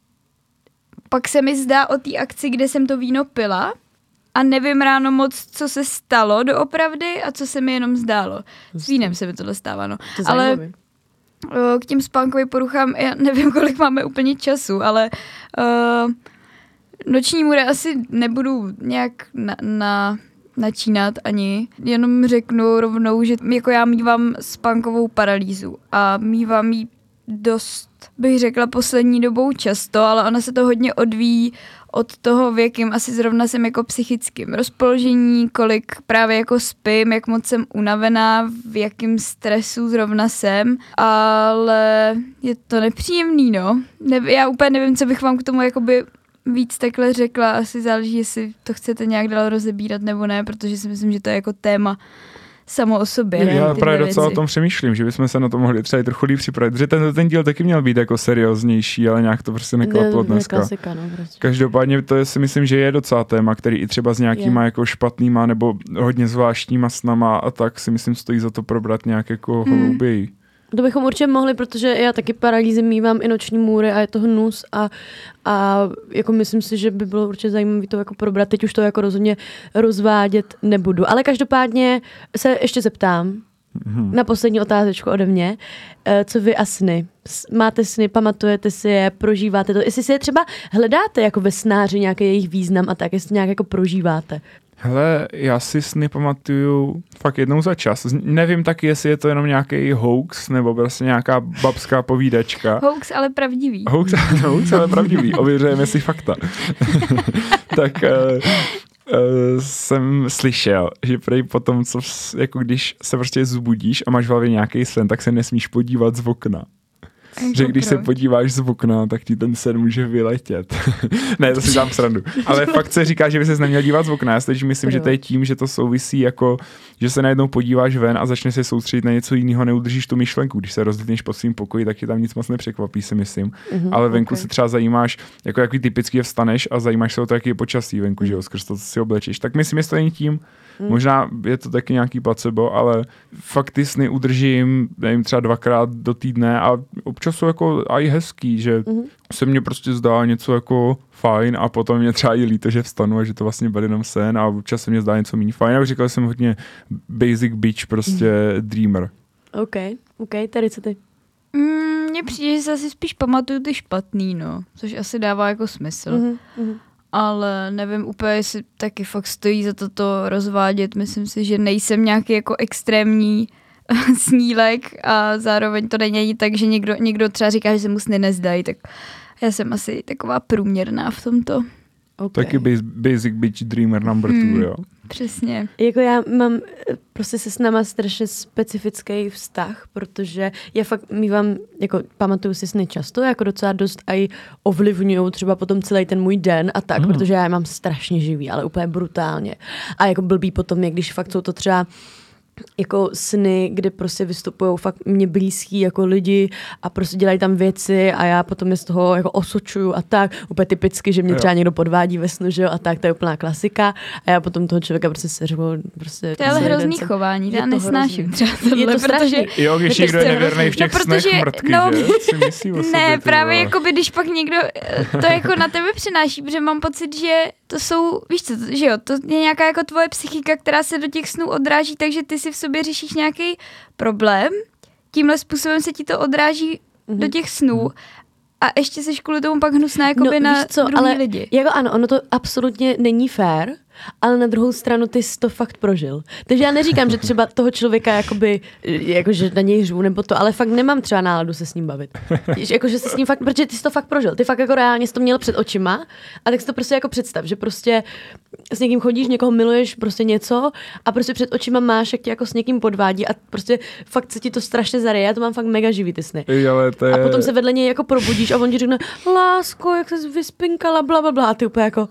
pak se mi zdá o té akci, kde jsem to víno pila a nevím ráno moc, co se stalo doopravdy a co se mi jenom zdálo. S vínem se mi tohle stává, no. To ale o, k těm spánkovým poruchám, já nevím, kolik máme úplně času, ale uh, noční můry asi nebudu nějak na... na načínat ani, jenom řeknu rovnou, že jako já mívám spánkovou paralýzu a mívám jí dost, bych řekla, poslední dobou často, ale ona se to hodně odvíjí od toho, v jakým asi zrovna jsem jako psychickým rozpoložení, kolik právě jako spím, jak moc jsem unavená, v jakým stresu zrovna jsem, ale je to nepříjemný, no. Ne, já úplně nevím, co bych vám k tomu jakoby víc takhle řekla, asi záleží, jestli to chcete nějak dál rozebírat nebo ne, protože si myslím, že to je jako téma samo o sobě. Ne, já právě věci. docela o tom přemýšlím, že bychom se na to mohli třeba i trochu líp připravit, protože ten, ten díl taky měl být jako serióznější, ale nějak to prostě neklaplo ne, dneska. Klasika, no, prostě. Každopádně to je, si myslím, že je docela téma, který i třeba s nějakýma je. jako špatnýma nebo hodně zvláštníma snama a tak si myslím, stojí za to probrat nějak jako hmm. hlouběji. To bychom určitě mohli, protože já taky paralýzy mívám i noční můry a je to hnus a, a jako myslím si, že by bylo určitě zajímavé to jako probrat. Teď už to jako rozhodně rozvádět nebudu. Ale každopádně se ještě zeptám mm-hmm. na poslední otázečku ode mě. Co vy a sny? Máte sny, pamatujete si je, prožíváte to? Jestli si je třeba hledáte jako ve snáři nějaký jejich význam a tak, jestli nějak jako prožíváte? Hele, já si sny pamatuju fakt jednou za čas. Nevím taky, jestli je to jenom nějaký hoax, nebo prostě nějaká babská povídačka. Hoax, ale pravdivý. Hoax, hoax ale pravdivý. Ověřujeme si fakta. tak uh, uh, jsem slyšel, že prej potom, co, jako když se prostě zbudíš a máš v hlavě nějaký sen, tak se nesmíš podívat z okna. Že když se podíváš z okna, tak ti ten sen může vyletět. Ne, to si dám srandu. Ale fakt se říká, že by ses neměl dívat z okna. Já si myslím, že to je tím, že to souvisí jako, že se najednou podíváš ven a začneš se soustředit na něco jiného, neudržíš tu myšlenku. Když se rozlítneš po svým pokoji, tak ti tam nic moc nepřekvapí, si myslím. Mm-hmm, ale venku okay. se třeba zajímáš, jako jaký typicky vstaneš a zajímáš se o to, jaký je počasí venku, že jo, skrz to, co si oblečíš. Tak myslím, že to není tím. Hmm. Možná je to taky nějaký placebo, ale fakt ty sny udržím, nevím, třeba dvakrát do týdne a občas jsou jako aj hezký, že hmm. se mně prostě zdá něco jako fajn a potom mě třeba i líto, že vstanu a že to vlastně byl jenom sen a občas se mně zdá něco méně fajn. A už říkal jsem hodně basic bitch, prostě hmm. dreamer. OK, OK, tady co ty? Mně mm, přijde, že se asi spíš pamatuju ty špatný, no, což asi dává jako smysl. Mm-hmm. Ale nevím úplně, jestli taky fakt stojí za to to rozvádět. Myslím si, že nejsem nějaký jako extrémní snílek a zároveň to není tak, že někdo, někdo třeba říká, že se mu sny nezdají, tak já jsem asi taková průměrná v tomto. Okay. Taky basic bitch dreamer number two, hmm, jo. Přesně. Jako já mám prostě se s náma strašně specifický vztah, protože já fakt mývám, jako pamatuju si sny často, jako docela dost aj ovlivňují třeba potom celý ten můj den a tak, mm. protože já je mám strašně živý, ale úplně brutálně. A jako blbý potom je, když fakt jsou to třeba jako sny, kde prostě vystupují fakt mě blízký jako lidi a prostě dělají tam věci a já potom je z toho jako osočuju a tak. Úplně typicky, že mě třeba někdo podvádí ve snu, že jo, a tak, to je úplná klasika a já potom toho člověka prostě seřvu. Prostě to je ale hrozný jsem... chování, já nesnáším třeba tohle, je to protože... Jo, když někdo je nevěrnej v těch no, snech mrtky, no, že? Si myslí o sobě, ne, právě jako by, když pak někdo to jako na tebe přináší, protože mám pocit, že to jsou, víš co, že jo, to je nějaká jako tvoje psychika, která se do těch snů odráží, takže ty si v sobě řešíš nějaký problém, tímhle způsobem se ti to odráží mm-hmm. do těch snů a ještě seš kvůli tomu pak hnusná jakoby no, na co, druhý ale lidi. Jako ano, ono to absolutně není fér, ale na druhou stranu ty jsi to fakt prožil. Takže já neříkám, že třeba toho člověka jakoby, jakože na něj řvu nebo to, ale fakt nemám třeba náladu se s ním bavit. Jakože se s ním fakt, protože ty jsi to fakt prožil. Ty fakt jako reálně jsi to měl před očima a tak si to prostě jako představ, že prostě s někým chodíš, někoho miluješ, prostě něco a prostě před očima máš, jak tě jako s někým podvádí a prostě fakt se ti to strašně zaryje. Já to mám fakt mega živý ty sny. Ej, ale to je... A potom se vedle něj jako probudíš a on ti řekne, lásko, jak ses vyspinkala, bla, bla, bla. A ty úplně jako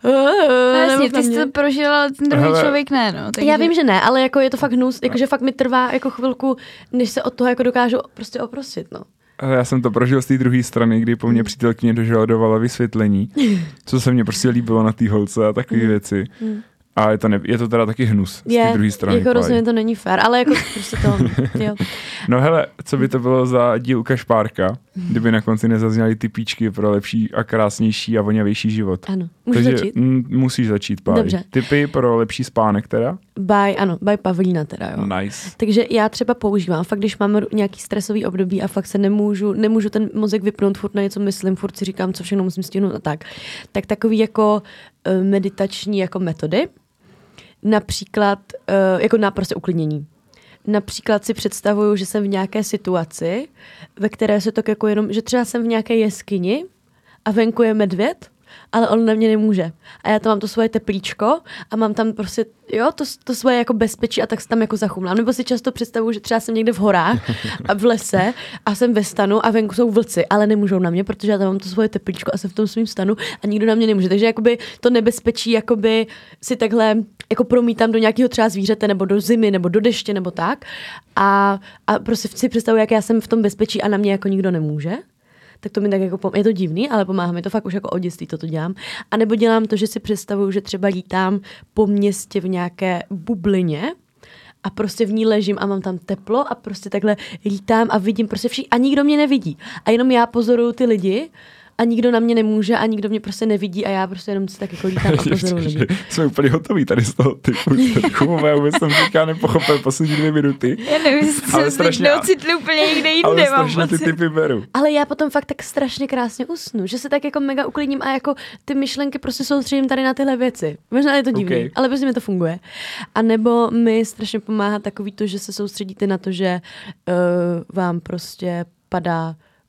No jasně, ty jsi to prožil, ale ten druhý Hele. člověk ne, no. Takže... Já vím, že ne, ale jako je to fakt hnus, jakože fakt mi trvá jako chvilku, než se od toho jako dokážu prostě oprostit, no. Já jsem to prožil z té druhé strany, kdy po mně přítelkyně dožadovala vysvětlení, co se mně prostě líbilo na té holce a takové mm. věci. Mm. A je to, ne, je to teda taky hnus z té druhé strany. Jako rozhodně to není fér, ale jako prostě to, jo. No hele, co by to bylo za díl Kašpárka, kdyby na konci nezazněly ty píčky pro lepší a krásnější a voňavější život. Ano, můžu Takže začít? M- musíš začít, Páj. Dobře. Tipy pro lepší spánek teda? By, ano, by Pavlína teda, jo. Nice. Takže já třeba používám, fakt když mám nějaký stresový období a fakt se nemůžu, nemůžu ten mozek vypnout, furt na něco myslím, furt si říkám, co všechno musím stihnout a tak. Tak takový jako uh, meditační jako metody, například uh, jako na prostě uklidnění. Například si představuju, že jsem v nějaké situaci, ve které se to jako jenom, že třeba jsem v nějaké jeskyni a venku je medvěd, ale on na mě nemůže. A já tam mám to svoje teplíčko a mám tam prostě, jo, to, to svoje jako bezpečí a tak se tam jako zachumlám. Nebo si často představuju, že třeba jsem někde v horách a v lese a jsem ve stanu a venku jsou vlci, ale nemůžou na mě, protože já tam mám to svoje teplíčko a jsem v tom svým stanu a nikdo na mě nemůže. Takže jakoby to nebezpečí jakoby si takhle jako promítám do nějakého třeba zvířete nebo do zimy nebo do deště nebo tak. A, a prostě si představuju, jak já jsem v tom bezpečí a na mě jako nikdo nemůže. Tak to mi tak jako, je to divný, ale pomáhá mi to fakt už jako od dětství toto dělám. A nebo dělám to, že si představuju, že třeba lítám po městě v nějaké bublině a prostě v ní ležím a mám tam teplo a prostě takhle lítám a vidím prostě všichni a nikdo mě nevidí. A jenom já pozoruju ty lidi a nikdo na mě nemůže a nikdo mě prostě nevidí a já prostě jenom si tak jako lítám a pozoruju lidi. Jsme úplně hotoví tady z toho typu. Já vůbec jsem říká nepochopil poslední dvě minuty. Já nevím, jestli jsem strašně ocitli úplně někde jinde. Ale strašně ty typy beru. Ale já potom fakt tak strašně krásně usnu, že se tak jako mega uklidním a jako ty myšlenky prostě soustředím tady na tyhle věci. Možná je to divný, okay. ale prostě mi to funguje. A nebo mi strašně pomáhá takový to, že se soustředíte na to, že uh, vám prostě padá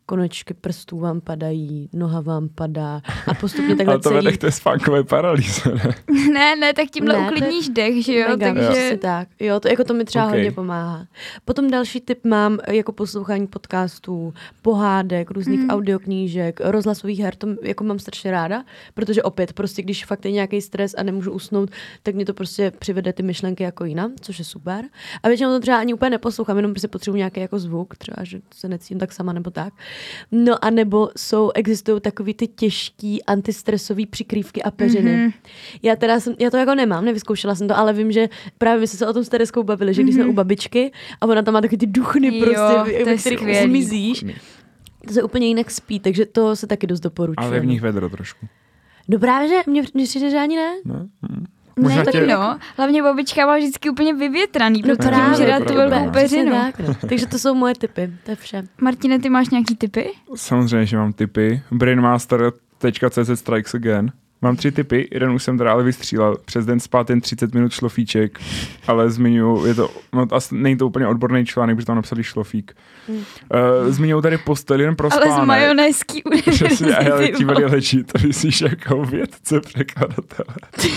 konečky prstů vám padají, noha vám padá a postupně takhle Ale to celý... vede k té spánkové paralýze, ne? Ne, ne, tak tímhle Ne, uklidníš dech, že jo, Mega, takže... přesně tak. Jo, to, jako to mi třeba Okay. hodně pomáhá. Potom další tip mám jako poslouchání podcastů, pohádek, různých Mm. audioknížek, rozhlasových her, to jako mám strašně ráda, protože opět prostě, když fakt je nějaký stres a nemůžu usnout, tak mě to prostě přivede ty myšlenky jako jinam, což je super. A většinou to třeba ani úplně neposlouchám, jenom prostě potřebuji nějaký jako zvuk, třeba, že se necítím tak sama nebo tak. No a nebo jsou, existují takový ty těžký antistresový přikrývky a peřiny. Mm-hmm. Já teda jsem, já to jako nemám, nevyzkoušela jsem to, ale vím, že právě my jsme se o tom s Tereskou bavili, že když jsme u babičky a ona tam má taky ty duchny Jo, prostě, to je ve kterých skvělý. zmizíš, to se úplně jinak spí, takže to se taky dost doporučuje. Ale v nich vedro trošku. No právě, že mě mně přijde, že ani ne. Ne? Hm. Ne, Možná tak tě- no. Hlavně babička má vždycky úplně vyvětraný, No protože právě, může dát tu pravda. velkou Přesně peřinu. tak, no. Takže to jsou moje tipy, to je vše. Martine, ty máš nějaký tipy? Samozřejmě, že mám tipy. brainmaster tečka cé zet strikes again. Mám tři tipy, jeden už jsem teda ale vystřílel. Přes den spát jen třicet minut šlofíček, ale zmiňuji, je to, no asi není to úplně odborný článek, protože tam napsali šlofík. Mm. Uh, zmiňuji tady postel jen pro Ale spánek. z majonézský Přesně, a hele, univerzity. ti byli lečí, to myslíš jako vědce, překladatele.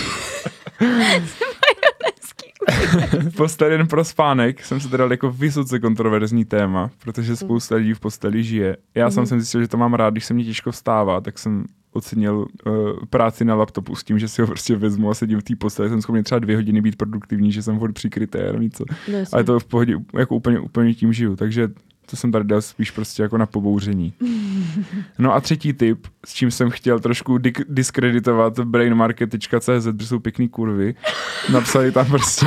Postel jen pro spánek jsem se teda dal jako vysoce kontroverzní téma, protože spousta lidí v posteli žije. Já Mhm. jsem jsem zjistil, že to mám rád, když se mi těžko vstává, tak jsem ocenil uh, práci na laptopu s tím, že si ho prostě vezmu a sedím v té posteli. Jsem schopný třeba dvě hodiny být produktivní, že jsem furt přikrytý a něco. No, jasně. Ale to v pohodě, jako úplně, úplně tím žiju, takže to jsem tady dal spíš prostě jako na pobouření. No a třetí tip, s čím jsem chtěl trošku dik- diskreditovat brainmarket tečka cé zet, protože jsou pěkný kurvy. Napsali tam prostě,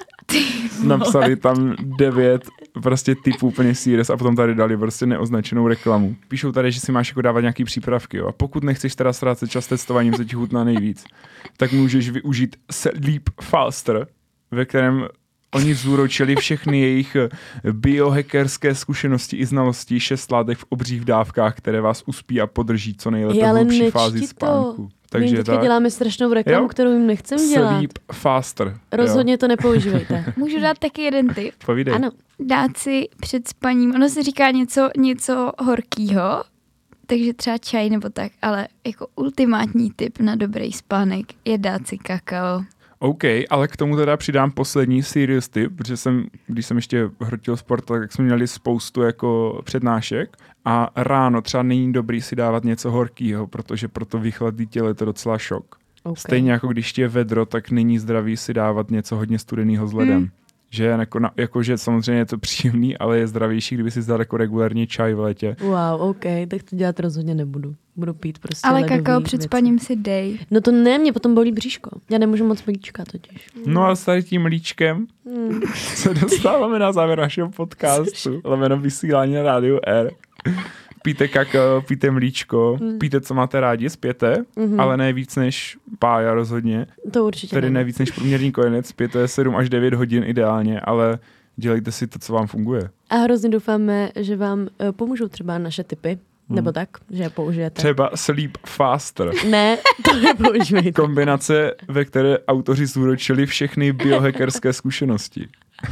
napsali tam devět prostě typů úplně serious a potom tady dali prostě neoznačenou reklamu. Píšou tady, že si máš jako dávat nějaký přípravky, jo. A pokud nechceš teda ztrácet čas testováním, co ti chutná nejvíc, tak můžeš využít Sleep Faster, ve kterém oni zúročili všechny jejich biohackerské zkušenosti i znalosti šest látek v obřích dávkách, které vás uspí a podrží co nejlépe Je, v ale hlubší fázi nečti to. spánku. My Takže jim teďka tak. děláme strašnou reklamu, Jo. kterou jim nechcem dělat. Sleep Faster. Rozhodně to nepoužívejte. Můžu dát taky jeden tip? Jo. Povídej. Ano. Dát si před spaním, ono se říká něco, něco horkýho, takže třeba čaj nebo tak, ale jako ultimátní tip na dobrý spánek je dát si kakao. OK, ale k tomu teda přidám poslední serious tip, protože jsem, když jsem ještě hrotil sport, tak jsme měli spoustu jako přednášek a ráno třeba není dobrý si dávat něco horkýho, protože pro to vychladlý tělo je to docela šok. Okay. Stejně jako když ti je vedro, tak není zdravý si dávat něco hodně studeného s ledem. Hmm. Že jako, na, jako, že samozřejmě je to příjemný, ale je zdravější, kdyby si dal jako regulárně čaj v létě. Wow, OK, tak to dělat rozhodně nebudu. Budu pít prostě Ale ledový kakao před věci. spaním si dej. No to ne, mě potom bolí bříško. Já nemůžu moc mlíčka totiž. No a s tady tím mlíčkem Hmm. se dostáváme na závěr našeho podcastu, lomeno vysílání na Rádiu R. Píte kakao, píte mlíčko, Mm. píte, co máte rádi, spěte, Mhm. ale ne víc než pája rozhodně. To určitě Tedy ne. ne víc než průměrný kojenec, pěte sedm až devět hodin ideálně, ale dělejte si to, co vám funguje. A hrozně doufáme, že vám uh, pomůžou třeba naše tipy. Hmm. Nebo tak, že je použijete. Třeba Sleep Faster. Ne, to nepoužívejte. Kombinace, ve které autoři zúročili všechny biohackerské zkušenosti.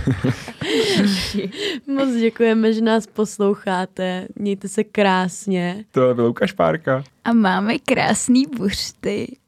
Moc děkujeme, že nás posloucháte. Mějte se krásně. To byl Lukáš Párka. A máme krásný buřty.